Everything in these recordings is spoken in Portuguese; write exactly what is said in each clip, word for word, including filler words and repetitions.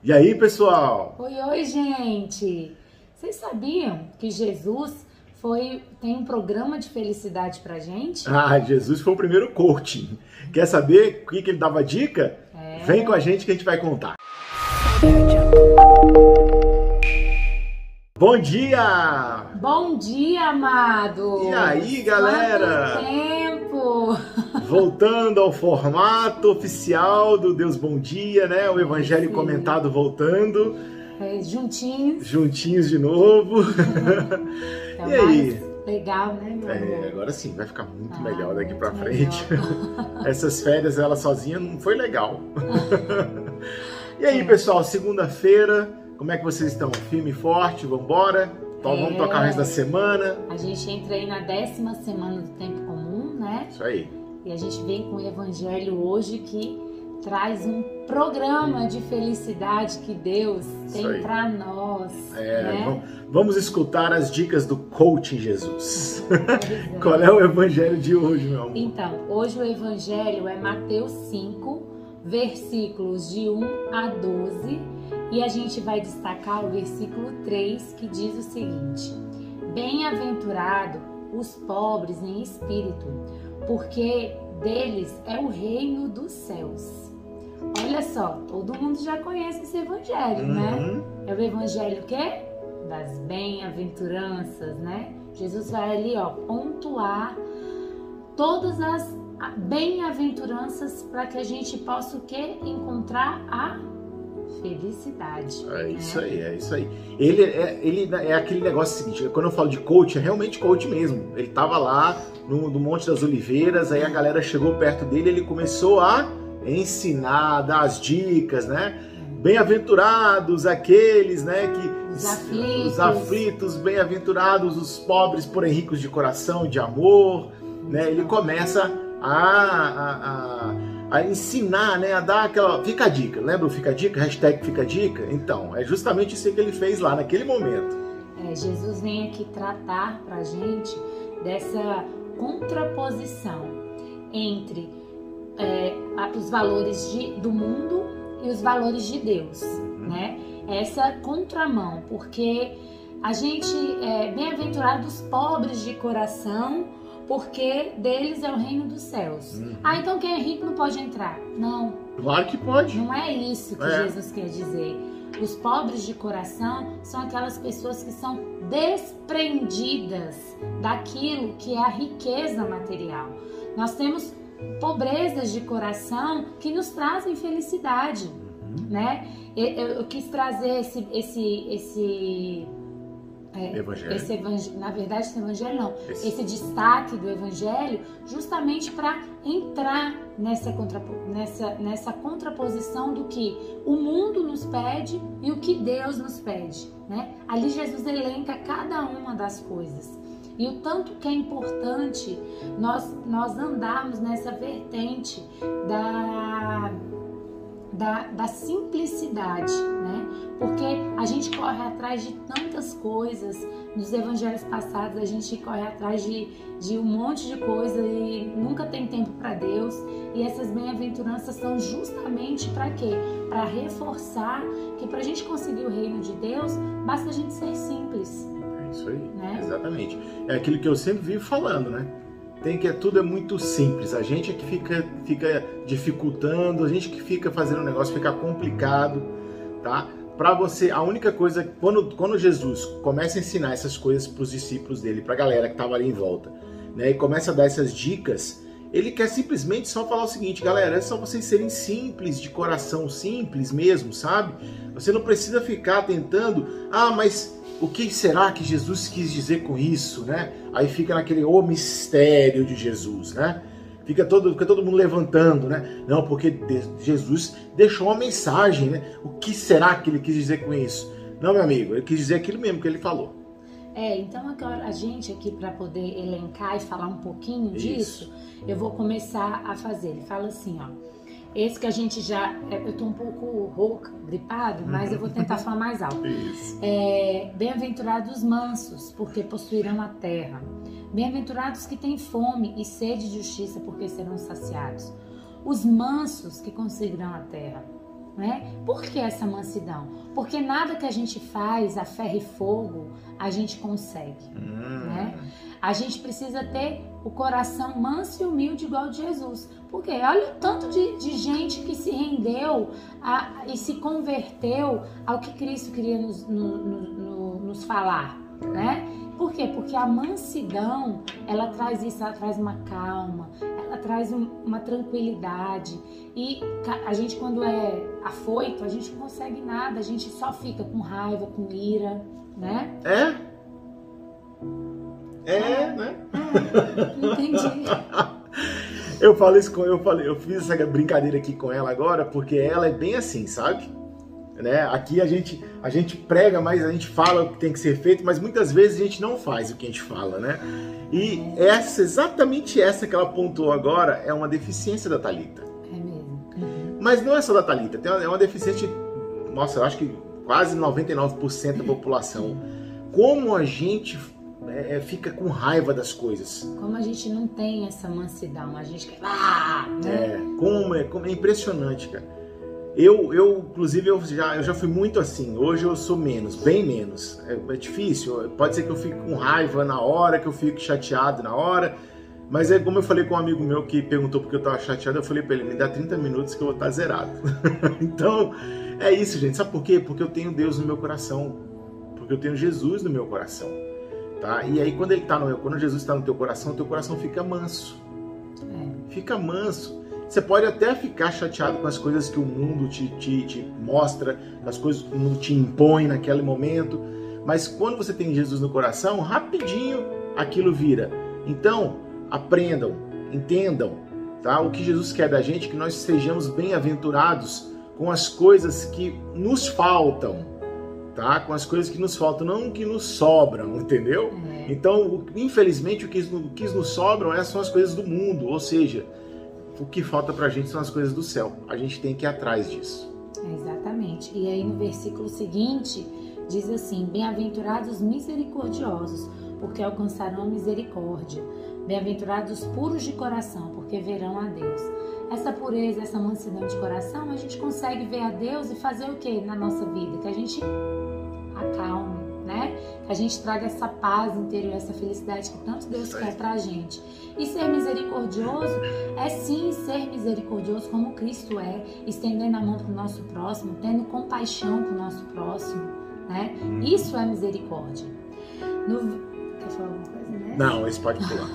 E aí, pessoal? Oi, oi, gente! Vocês sabiam que Jesus foi, tem um programa de felicidade pra gente? Ah, Jesus foi o primeiro coaching. Quer saber o que, que ele dava dica? É. Vem com a gente que a gente vai contar. Bom dia! Bom dia, amado! E aí, galera? Quanto tempo! Voltando ao formato oficial do Deus Bom Dia, né? O Evangelho Sim. Comentado voltando. É, juntinhos. Juntinhos de novo. É o E aí? mais legal, né, meu amor? É, agora sim, vai ficar muito Ah, melhor daqui muito pra frente. Essas férias, ela sozinha, não foi legal. E aí, É. pessoal, segunda-feira, como é que vocês estão? Firme e forte? Vambora? Então, vamos É. tocar o resto da semana? A gente entra aí na décima semana do tempo comum, né? Isso aí. E a gente vem com o evangelho hoje que traz um programa de felicidade que Deus Isso tem aí. para nós. É, né? vamos, vamos escutar as dicas do coaching Jesus. Pois é. Qual é o evangelho de hoje, meu amor? Então, hoje o evangelho é Mateus cinco, versículos de um a doze, e a gente vai destacar o versículo três, que diz o seguinte: Bem-aventurado os pobres em espírito, porque deles é o reino dos céus. Olha só, todo mundo já conhece esse evangelho, né? Uhum. É o evangelho o quê? Das bem-aventuranças, né? Jesus vai ali, ó, pontuar todas as bem-aventuranças para que a gente possa o quê? Encontrar a felicidade. É isso né? aí, é isso aí. Ele é, ele é aquele negócio seguinte, quando eu falo de coach, é realmente coach mesmo. Ele tava lá no, no Monte das Oliveiras, aí a galera chegou perto dele, ele começou a ensinar, dar as dicas, né? Bem-aventurados aqueles, né, que Os aflitos. os aflitos, bem-aventurados os pobres, porém ricos de coração, de amor, né? Ele começa a, a, a, a ensinar, né, a dar aquela fica a dica. Lembra o fica a dica? Hashtag fica a dica? Então, é justamente isso que ele fez lá naquele momento. É, Jesus vem aqui tratar pra gente dessa contraposição entre é, os valores de, do mundo e os valores de Deus, Uhum. né? Essa contramão, porque a gente é bem-aventurado os pobres de coração, porque deles é o reino dos céus. Uhum. Ah, então quem é rico não pode entrar. Não, Claro que pode. não é isso que É. Jesus quer dizer. Os pobres de coração são aquelas pessoas que são desprendidas daquilo que é a riqueza material. Nós temos pobrezas de coração que nos trazem felicidade, Uhum. né? Eu, eu, eu quis trazer esse, esse, esse, é, Evangelho. esse evangelho, na verdade esse evangelho não, Esse- esse destaque do evangelho, justamente para entrar nessa, contra, nessa, nessa contraposição do que o mundo nos pede e o que Deus nos pede, né? Ali Jesus elenca cada uma das coisas. E o tanto que é importante nós, nós andarmos nessa vertente da, da, da simplicidade, né? Porque a gente corre atrás de tantas coisas. Nos evangelhos passados a gente corre atrás de, de um monte de coisa e nunca tem tempo para Deus. E essas bem-aventuranças são justamente para quê? Para reforçar que para a gente conseguir o reino de Deus, basta a gente ser simples. É isso aí, Né? exatamente. É aquilo que eu sempre vivo falando, né? Tem que tudo é muito simples. A gente é que fica, fica dificultando, a gente que fica fazendo o negócio ficar complicado, tá? Para você, a única coisa, quando, quando Jesus começa a ensinar essas coisas para os discípulos dele, para a galera que estava ali em volta, né? E começa a dar essas dicas, ele quer simplesmente só falar o seguinte, galera, é só vocês serem simples, de coração simples mesmo, sabe? Você não precisa ficar tentando, ah, mas o que será que Jesus quis dizer com isso, né? Aí fica naquele o mistério de Jesus, né? Fica todo, fica todo mundo levantando, né? Não, porque de, Jesus deixou uma mensagem, né? O que será que ele quis dizer com isso? Não, meu amigo, ele quis dizer aquilo mesmo que ele falou. É, então agora a gente aqui, para poder elencar e falar um pouquinho Isso. disso, eu vou começar a fazer. Ele fala assim, ó. Esse que a gente já... Eu tô um pouco rouca, gripado, mas eu vou tentar falar mais alto. Isso. É, bem-aventurados os mansos, porque possuirão a terra. Bem-aventurados que têm fome e sede de justiça, porque serão saciados. Os mansos que conseguirão a terra. né? Por que essa mansidão? Porque nada que a gente faz a ferro e fogo a gente consegue, hum. né? A gente precisa ter o coração manso e humilde igual de Jesus. Porque olha o tanto de, de gente que se rendeu a, e se converteu ao que Cristo queria nos, no, no, no, nos falar, né? Por quê? Porque a mansidão, ela traz isso, ela traz uma calma, ela traz um, uma tranquilidade. E a gente, quando é afoito, a gente não consegue nada, a gente só fica com raiva, com ira, né? É? É, é, né? É, entendi. Eu falo isso com eu falei, eu fiz essa brincadeira aqui com ela agora, porque ela é bem assim, sabe? Né? Aqui a gente, a gente prega, mas a gente fala o que tem que ser feito, mas muitas vezes a gente não faz o que a gente fala, né? E essa, exatamente essa que ela apontou agora é uma deficiência da Thalita. É mesmo. Uhum. Mas não é só da Thalita, é uma deficiência, nossa, eu acho que quase noventa e nove por cento da população. Como a gente é, fica com raiva das coisas. Como a gente não tem essa mansidão, a gente quer... Ah, né? É, como é, como é impressionante, cara. Eu, eu inclusive, eu já, eu já fui muito assim. Hoje eu sou menos, bem menos. É, é difícil. Pode ser que eu fique com raiva na hora, que eu fique chateado na hora. Mas é como eu falei com um amigo meu que perguntou porque eu estava chateado. Eu falei para ele, me dá trinta minutos que eu vou estar zerado. Então, é isso, gente. Sabe por quê? Porque eu tenho Deus no meu coração. Porque eu tenho Jesus no meu coração. Tá? E aí, quando, ele tá no, quando Jesus está no teu coração, o teu coração fica manso. É. Fica manso. Você pode até ficar chateado com as coisas que o mundo te, te, te mostra, as coisas que o mundo te impõe naquele momento, mas quando você tem Jesus no coração, rapidinho aquilo vira. Então, aprendam, entendam, tá? O que Jesus quer da gente é que nós sejamos bem-aventurados com as coisas que nos faltam, tá? Com as coisas que nos faltam, não que nos sobram, entendeu? É. Então, infelizmente, o que, o que nos sobram são as coisas do mundo, ou seja, o que falta pra gente são as coisas do céu. A gente tem que ir atrás disso. Exatamente. E aí no versículo seguinte diz assim: bem-aventurados misericordiosos, porque alcançarão a misericórdia. Bem-aventurados puros de coração, porque verão a Deus. Essa pureza, essa mansidão de coração, a gente consegue ver a Deus e fazer o que na nossa vida? Que a gente acalme, né? Que a gente traga essa paz interior, essa felicidade que tanto Deus quer pra gente. E ser misericordioso é sim ser misericordioso como Cristo é, estendendo a mão pro nosso próximo, tendo compaixão pro nosso próximo, né? Isso é misericórdia. No... Quer falar alguma coisa, né? Não, esse pode pular.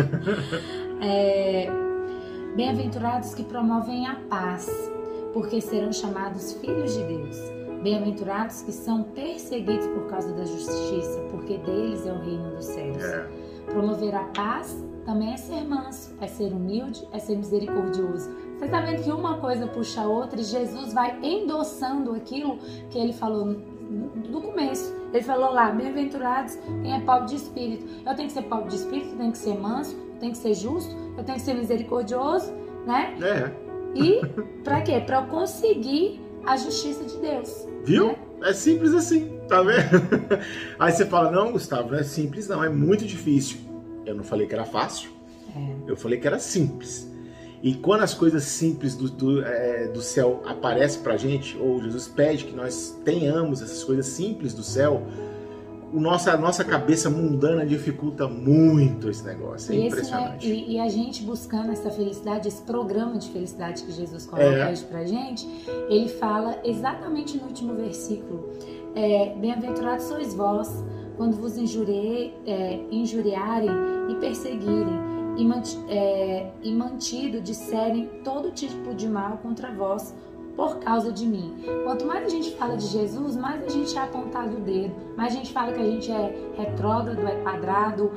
é... Bem-aventurados que promovem a paz, porque serão chamados filhos de Deus. Bem-aventurados que são perseguidos por causa da justiça, porque deles é o reino dos céus. É. Promover a paz também é ser manso, é ser humilde, é ser misericordioso. Você está vendo que uma coisa puxa a outra e Jesus vai endossando aquilo que ele falou no começo. Ele falou lá, bem-aventurados quem é pobre de espírito. Eu tenho que ser pobre de espírito, eu tenho que ser manso, eu tenho que ser justo, eu tenho que ser misericordioso, né? É. E para quê? Para eu conseguir a justiça de Deus. Viu? Né? É simples assim, tá vendo? Aí você fala, não, Gustavo, não é simples não, é muito difícil. Eu não falei que era fácil, é. Eu falei que era simples. E quando as coisas simples do, do, é, do céu aparecem pra gente, ou Jesus pede que nós tenhamos essas coisas simples do céu, o nossa, a nossa cabeça mundana dificulta muito esse negócio. É e impressionante. É, e, e a gente buscando essa felicidade, esse programa de felicidade que Jesus coloca é. hoje pra gente, ele fala exatamente no último versículo. É, bem-aventurados sois vós, quando vos injuriei, é, injuriarem e perseguirem, e, mant, é, e mantido disserem todo tipo de mal contra vós, por causa de mim. Quanto mais a gente fala de Jesus, mais a gente é apontado o dedo, mais a gente fala que a gente é retrógrado, é quadrado,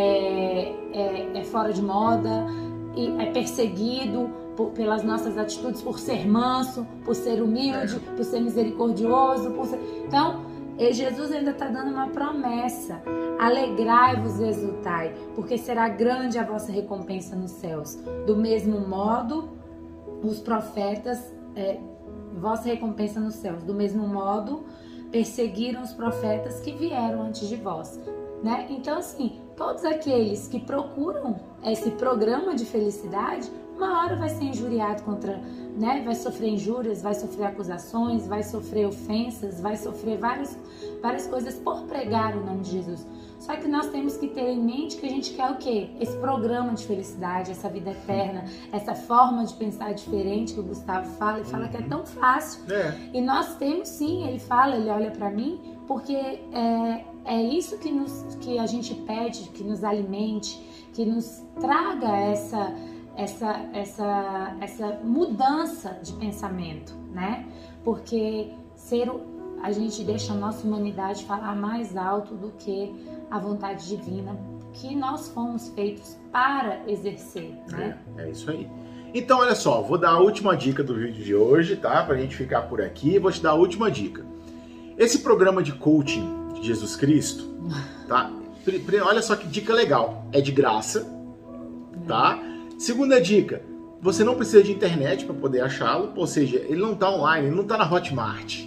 é, é, é fora de moda, é perseguido por, pelas nossas atitudes, por ser manso, por ser humilde, por ser misericordioso. Por ser... Então, Jesus ainda está dando uma promessa: alegrai-vos e exultai, porque será grande a vossa recompensa nos céus. Do mesmo modo, os profetas É, vossa recompensa nos céus. Do mesmo modo, perseguiram os profetas que vieram antes de vós, né? Então, assim, todos aqueles que procuram esse programa de felicidade uma hora vai ser injuriado contra, né? Vai sofrer injúrias, vai sofrer acusações, vai sofrer ofensas, vai sofrer várias, várias coisas por pregar o nome de Jesus. Só que nós temos que ter em mente que a gente quer o quê? Esse programa de felicidade, essa vida eterna, essa forma de pensar diferente que o Gustavo fala, e fala que é tão fácil. É. E nós temos sim, ele fala, ele olha pra mim, porque é, é isso que, nos, que a gente pede, que nos alimente, que nos traga essa, essa, essa, essa mudança de pensamento, né? Porque ser, a gente deixa a nossa humanidade falar mais alto do que a vontade divina que nós fomos feitos para exercer, né? É, é isso aí. Então, olha só, vou dar a última dica do vídeo de hoje, tá? Pra gente ficar por aqui, vou te dar a última dica. Esse programa de coaching de Jesus Cristo, tá? Olha só que dica legal. É de graça, tá? Segunda dica, você não precisa de internet para poder achá-lo, ou seja, ele não tá online, ele não tá na Hotmart,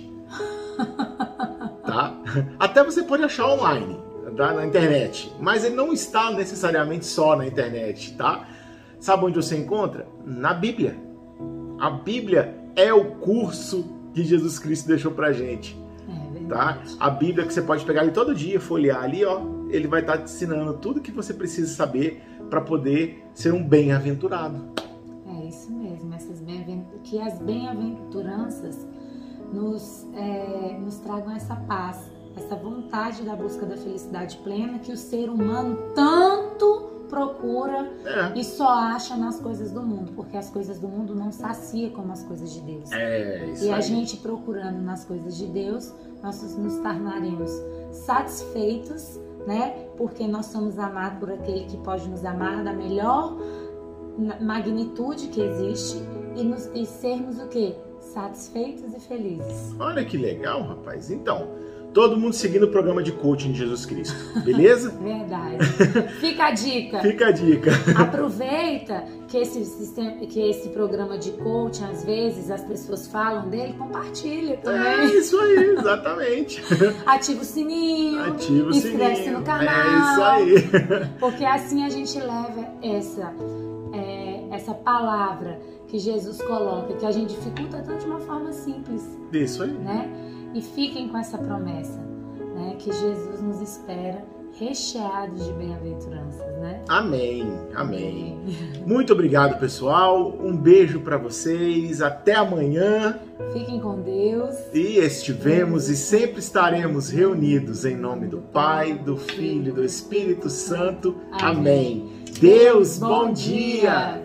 tá? Até você pode achar online, tá? Na internet, mas ele não está necessariamente só na internet, tá? Sabe onde você encontra? Na Bíblia. A Bíblia é o curso que Jesus Cristo deixou pra gente. Tá? A Bíblia que você pode pegar ali todo dia, folhear ali, ó, ele vai estar te ensinando tudo que você precisa saber para poder ser um bem-aventurado. É isso mesmo, essas bem que as bem-aventuranças nos, é, nos tragam essa paz, essa vontade da busca da felicidade plena que o ser humano tanto procura é. e só acha nas coisas do mundo, porque as coisas do mundo não sacia como as coisas de Deus. É, isso e aí. A gente procurando nas coisas de Deus, nós nos tornaremos satisfeitos, né? Porque nós somos amados por aquele que pode nos amar da melhor magnitude que existe e, nos, e sermos o quê? Satisfeitos e felizes. Olha que legal, rapaz. Então, todo mundo seguindo o programa de coaching de Jesus Cristo, beleza? Verdade. Fica a dica. Fica a dica. Aproveita que esse, sistema, que esse programa de coaching, às vezes, as pessoas falam dele, compartilha também. É isso aí, exatamente. Ativa o sininho. Ativa o sininho. Inscreve-se no canal. É isso aí. Porque assim a gente leva essa, é, essa palavra que Jesus coloca, que a gente dificulta tanto de uma forma simples. Isso aí. Né? E fiquem com essa promessa, né? Que Jesus nos espera recheados de bem-aventuranças, né? Amém, amém. Muito obrigado, pessoal. Um beijo para vocês. Até amanhã. Fiquem com Deus. E estivemos e sempre estaremos reunidos em nome do Pai, do Filho e do Espírito Santo. Amém. Amém. Deus, bom dia.